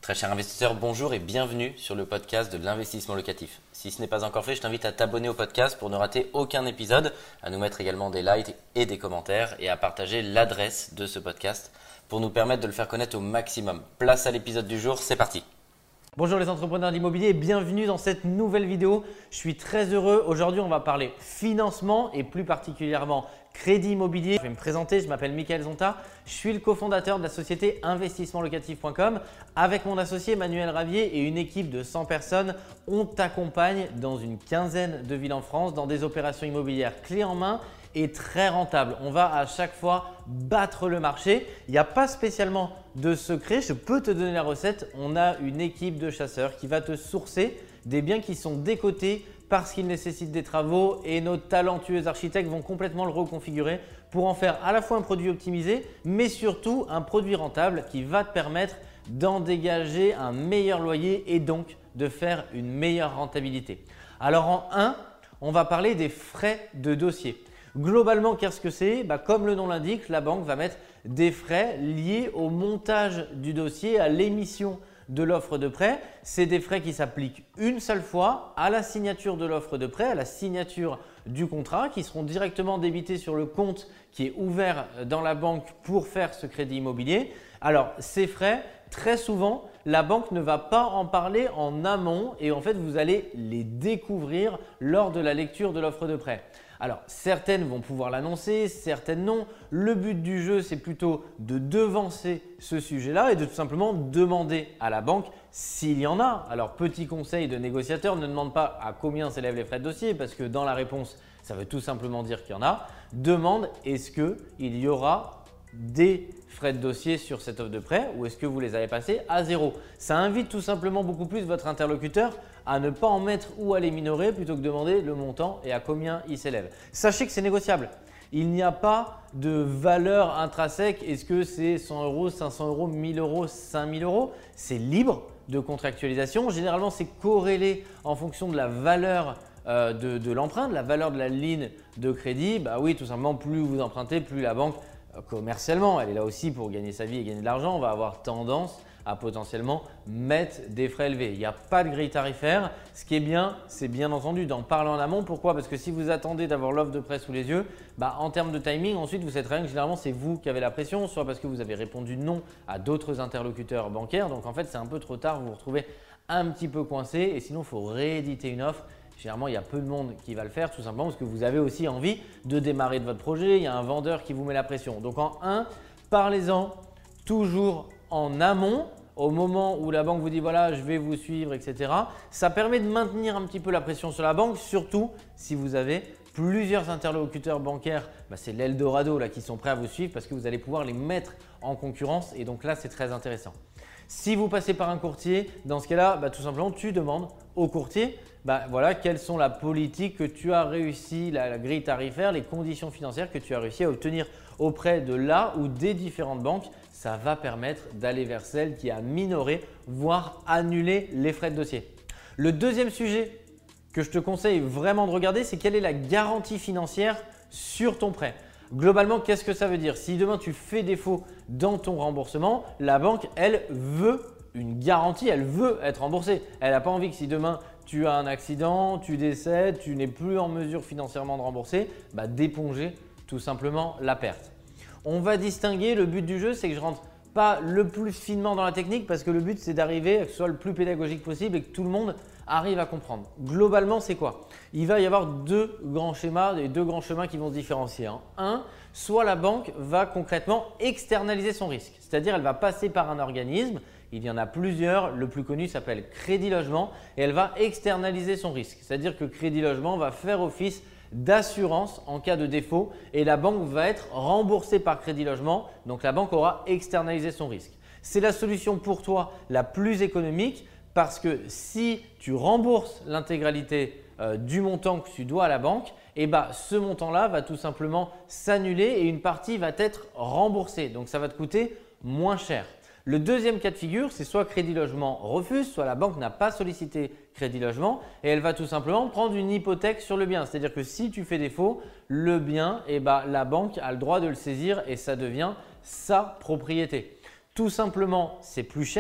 Très cher investisseur, bonjour et bienvenue sur le podcast de l'investissement locatif. Si ce n'est pas encore fait, je t'invite à t'abonner au podcast pour ne rater aucun épisode, à nous mettre également des likes et des commentaires et à partager l'adresse de ce podcast pour nous permettre de le faire connaître au maximum. Place à l'épisode du jour, c'est parti. Bonjour les entrepreneurs d'immobilier et bienvenue dans cette nouvelle vidéo. Je suis très heureux. Aujourd'hui, on va parler financement et plus particulièrement crédit immobilier. Je vais me présenter, je m'appelle Michael Zonta. Je suis le cofondateur de la société investissementlocatif.com. Avec mon associé Manuel Ravier et une équipe de 100 personnes, on t'accompagne dans une quinzaine de villes en France dans des opérations immobilières clés en main et très rentable. On va à chaque fois battre le marché. Il n'y a pas spécialement de secret. Je peux te donner la recette. On a une équipe de chasseurs qui va te sourcer des biens qui sont décotés parce qu'ils nécessitent des travaux et nos talentueux architectes vont complètement le reconfigurer pour en faire à la fois un produit optimisé, mais surtout un produit rentable qui va te permettre d'en dégager un meilleur loyer et donc de faire une meilleure rentabilité. Alors en 1, on va parler des frais de dossier. Globalement, qu'est-ce que c'est? Comme le nom l'indique, la banque va mettre des frais liés au montage du dossier, à l'émission de l'offre de prêt. C'est des frais qui s'appliquent une seule fois à la signature de l'offre de prêt, à la signature du contrat, qui seront directement débités sur le compte qui est ouvert dans la banque pour faire ce crédit immobilier. Alors, ces frais, très souvent, la banque ne va pas en parler en amont et en fait, vous allez les découvrir lors de la lecture de l'offre de prêt. Alors, certaines vont pouvoir l'annoncer, certaines non. Le but du jeu, c'est plutôt de devancer ce sujet-là et de tout simplement demander à la banque s'il y en a. Alors, petit conseil de négociateur, ne demande pas à combien s'élèvent les frais de dossier parce que dans la réponse, ça veut tout simplement dire qu'il y en a. Demande est-ce qu'il y aura des frais de dossier sur cette offre de prêt ou est-ce que vous les avez passés à zéro? Ça invite tout simplement beaucoup plus votre interlocuteur à ne pas en mettre ou à les minorer plutôt que de demander le montant et à combien il s'élève. Sachez que c'est négociable. Il n'y a pas de valeur intrinsèque. Est-ce que c'est 100 euros, 500 euros, 1000 euros, 5000 euros? C'est libre de contractualisation. Généralement, c'est corrélé en fonction de la valeur de l'emprunt, de la valeur de la ligne de crédit. Oui, tout simplement, plus vous empruntez, plus la banque commercialement, elle est là aussi pour gagner sa vie et gagner de l'argent, on va avoir tendance à potentiellement mettre des frais élevés. Il n'y a pas de grille tarifaire. Ce qui est bien, c'est bien entendu d'en parler en amont. Pourquoi? Parce que si vous attendez d'avoir l'offre de prêt sous les yeux, en termes de timing, ensuite vous savez très bien que généralement c'est vous qui avez la pression, soit parce que vous avez répondu non à d'autres interlocuteurs bancaires. Donc en fait, c'est un peu trop tard, vous vous retrouvez un petit peu coincé et sinon il faut rééditer une offre. Généralement, il y a peu de monde qui va le faire tout simplement parce que vous avez aussi envie de démarrer de votre projet. Il y a un vendeur qui vous met la pression. Donc en 1, parlez-en toujours en amont au moment où la banque vous dit voilà, je vais vous suivre, etc. Ça permet de maintenir un petit peu la pression sur la banque, surtout si vous avez plusieurs interlocuteurs bancaires. C'est l'Eldorado qui sont prêts à vous suivre parce que vous allez pouvoir les mettre en concurrence et donc là, c'est très intéressant. Si vous passez par un courtier, dans ce cas-là, tout simplement, tu demandes au courtier quelles sont la politique que tu as réussi, la grille tarifaire, les conditions financières que tu as réussi à obtenir auprès de la ou des différentes banques. Ça va permettre d'aller vers celle qui a minoré, voire annulé les frais de dossier. Le deuxième sujet que je te conseille vraiment de regarder, c'est quelle est la garantie financière sur ton prêt. Globalement, qu'est-ce que ça veut dire? Si demain tu fais défaut dans ton remboursement, la banque, elle veut une garantie, elle veut être remboursée. Elle n'a pas envie que si demain tu as un accident, tu décèdes, tu n'es plus en mesure financièrement de rembourser, d'éponger tout simplement la perte. On va distinguer, le but du jeu, c'est que je rentre pas le plus finement dans la technique parce que le but c'est d'arriver à que ce soit le plus pédagogique possible et que tout le monde arrive à comprendre. Globalement, c'est quoi? Il va y avoir deux grands schémas et deux grands chemins qui vont se différencier. Un, soit la banque va concrètement externaliser son risque, c'est-à-dire elle va passer par un organisme. Il y en a plusieurs, le plus connu s'appelle Crédit Logement et elle va externaliser son risque. C'est-à-dire que Crédit Logement va faire office d'assurance en cas de défaut et la banque va être remboursée par Crédit Logement. Donc la banque aura externalisé son risque. C'est la solution pour toi la plus économique parce que si tu rembourses l'intégralité du montant que tu dois à la banque, ce montant-là va tout simplement s'annuler et une partie va être remboursée. Donc ça va te coûter moins cher. Le deuxième cas de figure, c'est soit Crédit Logement refuse, soit la banque n'a pas sollicité Crédit Logement et elle va tout simplement prendre une hypothèque sur le bien. C'est-à-dire que si tu fais défaut, le bien, la banque a le droit de le saisir et ça devient sa propriété. Tout simplement, c'est plus cher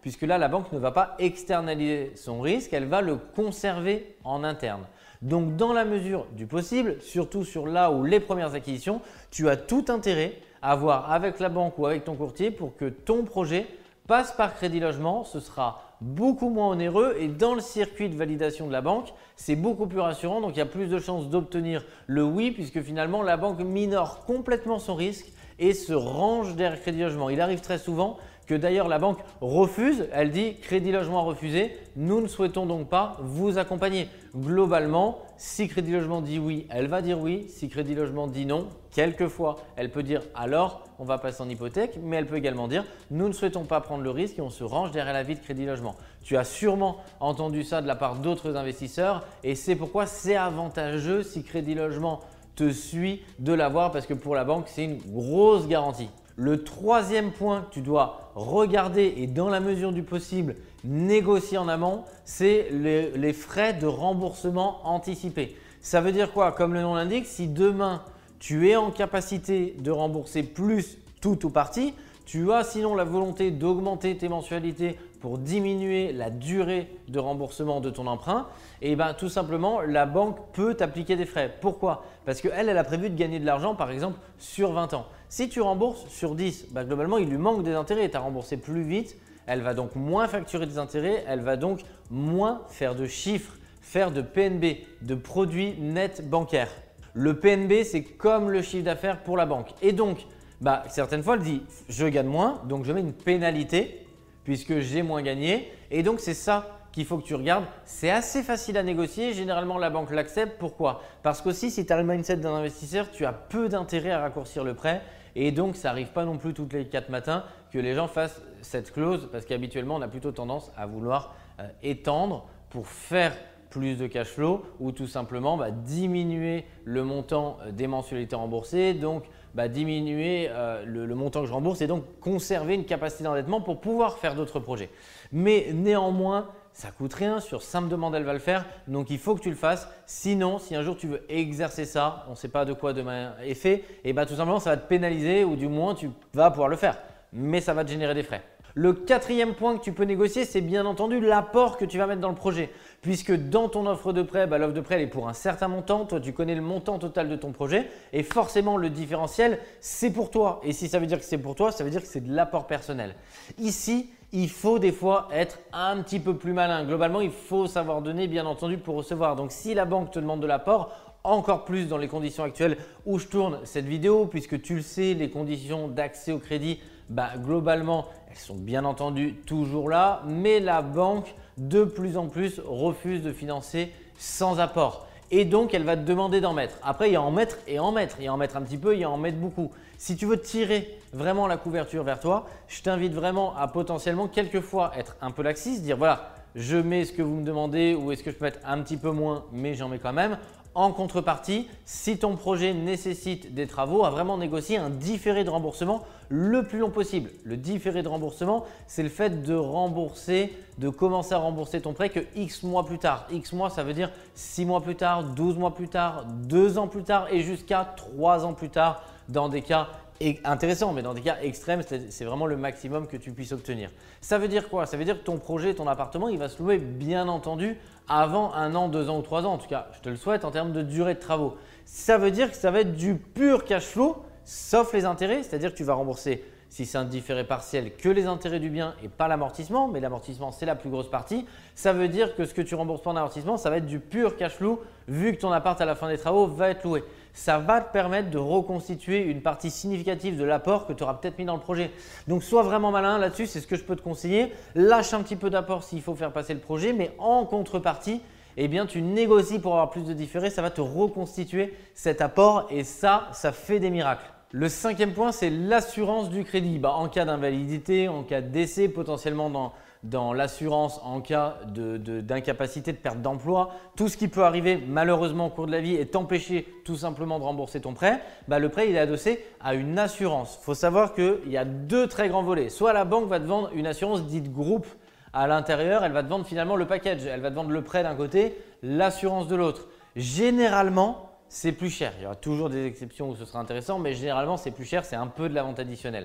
puisque là, la banque ne va pas externaliser son risque, elle va le conserver en interne. Donc, dans la mesure du possible, surtout sur là où les premières acquisitions, tu as tout intérêt à voir avec la banque ou avec ton courtier pour que ton projet passe par Crédit Logement. Ce sera beaucoup moins onéreux et dans le circuit de validation de la banque, c'est beaucoup plus rassurant. Donc, il y a plus de chances d'obtenir le oui puisque finalement, la banque minore complètement son risque et se range derrière Crédit Logement. Il arrive très souvent que d'ailleurs la banque refuse, elle dit Crédit Logement refusé, nous ne souhaitons donc pas vous accompagner. Globalement, si Crédit Logement dit oui, elle va dire oui. Si Crédit Logement dit non, quelquefois, elle peut dire alors on va passer en hypothèque, mais elle peut également dire nous ne souhaitons pas prendre le risque et on se range derrière l'avis de Crédit Logement. Tu as sûrement entendu ça de la part d'autres investisseurs et c'est pourquoi c'est avantageux si Crédit Logement te suit de l'avoir parce que pour la banque, c'est une grosse garantie. Le troisième point que tu dois regarder et dans la mesure du possible négocier en amont, c'est les frais de remboursement anticipés. Ça veut dire quoi? Comme le nom l'indique, si demain tu es en capacité de rembourser plus tout ou partie, tu as sinon la volonté d'augmenter tes mensualités pour diminuer la durée de remboursement de ton emprunt, et bien tout simplement la banque peut t'appliquer des frais. Pourquoi? Parce qu'elle a prévu de gagner de l'argent par exemple sur 20 ans. Si tu rembourses sur 10, globalement il lui manque des intérêts et tu as remboursé plus vite, elle va donc moins facturer des intérêts, elle va donc moins faire de chiffres, faire de PNB, de produits nets bancaires. Le PNB c'est comme le chiffre d'affaires pour la banque et donc certaines fois elle dit je gagne moins donc je mets une pénalité puisque j'ai moins gagné et donc c'est ça qu'il faut que tu regardes. C'est assez facile à négocier, généralement la banque l'accepte. Pourquoi? Parce qu'aussi si tu as le mindset d'un investisseur, tu as peu d'intérêt à raccourcir le prêt et donc ça n'arrive pas non plus toutes les 4 matins que les gens fassent cette clause parce qu'habituellement on a plutôt tendance à vouloir étendre pour faire plus de cash flow ou tout simplement diminuer le montant des mensualités remboursées, donc diminuer le montant que je rembourse et donc conserver une capacité d'endettement pour pouvoir faire d'autres projets. Mais néanmoins, ça coûte rien, sur simple demande elle va le faire, donc il faut que tu le fasses. Sinon, si un jour tu veux exercer ça, on ne sait pas de quoi demain est fait, et tout simplement ça va te pénaliser ou du moins tu vas pouvoir le faire, mais ça va te générer des frais. Le quatrième point que tu peux négocier, c'est bien entendu l'apport que tu vas mettre dans le projet. Puisque dans ton offre de prêt, l'offre de prêt elle est pour un certain montant. Toi, tu connais le montant total de ton projet et forcément le différentiel, c'est pour toi. Et si ça veut dire que c'est pour toi, ça veut dire que c'est de l'apport personnel. Ici, il faut des fois être un petit peu plus malin. Globalement, il faut savoir donner bien entendu pour recevoir. Donc, si la banque te demande de l'apport, encore plus dans les conditions actuelles où je tourne cette vidéo, puisque tu le sais, les conditions d'accès au crédit, globalement, elles sont bien entendu toujours là, mais la banque de plus en plus refuse de financer sans apport. Et donc, elle va te demander d'en mettre. Après, il y a en mettre et en mettre. Il y a en mettre un petit peu, il y a en mettre beaucoup. Si tu veux tirer vraiment la couverture vers toi, je t'invite vraiment à potentiellement quelquefois être un peu laxiste, dire voilà, je mets ce que vous me demandez ou est-ce que je peux mettre un petit peu moins, mais j'en mets quand même. En contrepartie, si ton projet nécessite des travaux, à vraiment négocier un différé de remboursement le plus long possible. Le différé de remboursement, c'est le fait de rembourser, de commencer à rembourser ton prêt que X mois plus tard. X mois, ça veut dire 6 mois plus tard, 12 mois plus tard, 2 ans plus tard et jusqu'à 3 ans plus tard dans des cas intéressants, mais dans des cas extrêmes, c'est vraiment le maximum que tu puisses obtenir. Ça veut dire quoi? Ça veut dire que ton projet, ton appartement, il va se louer bien entendu avant 1 an, 2 ans ou 3 ans. En tout cas, je te le souhaite en termes de durée de travaux. Ça veut dire que ça va être du pur cash flow, sauf les intérêts, c'est-à-dire que tu vas rembourser, si c'est un différé partiel, que les intérêts du bien et pas l'amortissement, mais l'amortissement c'est la plus grosse partie. Ça veut dire que ce que tu rembourses pas en amortissement, ça va être du pur cash flow vu que ton appart à la fin des travaux va être loué. Ça va te permettre de reconstituer une partie significative de l'apport que tu auras peut-être mis dans le projet. Donc, sois vraiment malin là-dessus, c'est ce que je peux te conseiller. Lâche un petit peu d'apport s'il faut faire passer le projet, mais en contrepartie, tu négocies pour avoir plus de différés, ça va te reconstituer cet apport et ça fait des miracles. Le cinquième point, c'est l'assurance du crédit. En cas d'invalidité, en cas de décès, potentiellement dans l'assurance en cas d'incapacité, de perte d'emploi, tout ce qui peut arriver malheureusement au cours de la vie et t'empêcher tout simplement de rembourser ton prêt, le prêt il est adossé à une assurance. Il faut savoir qu'il y a 2 très grands volets. Soit la banque va te vendre une assurance dite groupe à l'intérieur, elle va te vendre finalement le package. Elle va te vendre le prêt d'un côté, l'assurance de l'autre. Généralement, c'est plus cher. Il y aura toujours des exceptions où ce sera intéressant, mais généralement, c'est plus cher, c'est un peu de la vente additionnelle.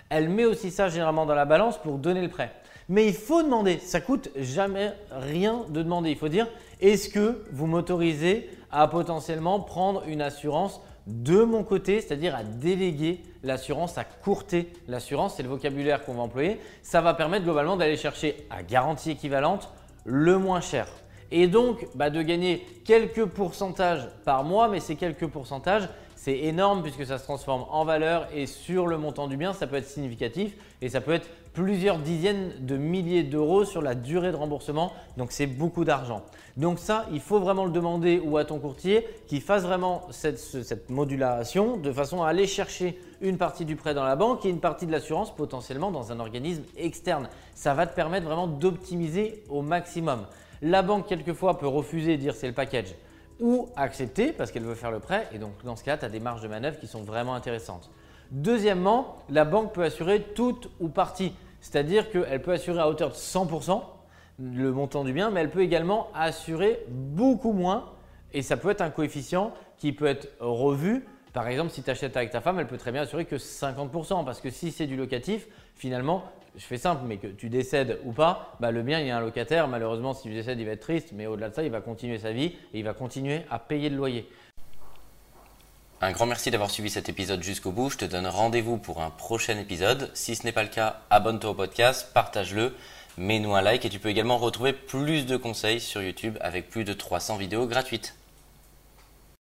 Elle met aussi ça généralement dans la balance pour donner le prêt. Mais il faut demander, ça coûte jamais rien de demander. Il faut dire, est-ce que vous m'autorisez à potentiellement prendre une assurance de mon côté, c'est-à-dire à déléguer l'assurance, à courter l'assurance, c'est le vocabulaire qu'on va employer. Ça va permettre globalement d'aller chercher à garantie équivalente le moins cher. Et donc de gagner quelques pourcentages par mois, mais ces quelques pourcentages, c'est énorme puisque ça se transforme en valeur et sur le montant du bien, ça peut être significatif et ça peut être plusieurs dizaines de milliers d'euros sur la durée de remboursement. Donc, c'est beaucoup d'argent. Donc ça, il faut vraiment le demander ou à ton courtier qui fasse vraiment cette modulation de façon à aller chercher une partie du prêt dans la banque et une partie de l'assurance potentiellement dans un organisme externe. Ça va te permettre vraiment d'optimiser au maximum. La banque, quelquefois, peut refuser et dire c'est le package ou accepter parce qu'elle veut faire le prêt et donc dans ce cas, tu as des marges de manœuvre qui sont vraiment intéressantes. Deuxièmement, la banque peut assurer toute ou partie, c'est-à-dire qu'elle peut assurer à hauteur de 100% le montant du bien, mais elle peut également assurer beaucoup moins et ça peut être un coefficient qui peut être revu. Par exemple, si tu achètes avec ta femme, elle peut très bien assurer que 50% parce que si c'est du locatif, finalement, je fais simple, mais que tu décèdes ou pas, le bien, il y a un locataire. Malheureusement, si tu décèdes, il va être triste, mais au-delà de ça, il va continuer sa vie et il va continuer à payer le loyer. Un grand merci d'avoir suivi cet épisode jusqu'au bout. Je te donne rendez-vous pour un prochain épisode. Si ce n'est pas le cas, abonne-toi au podcast, partage-le, mets-nous un like et tu peux également retrouver plus de conseils sur YouTube avec plus de 300 vidéos gratuites.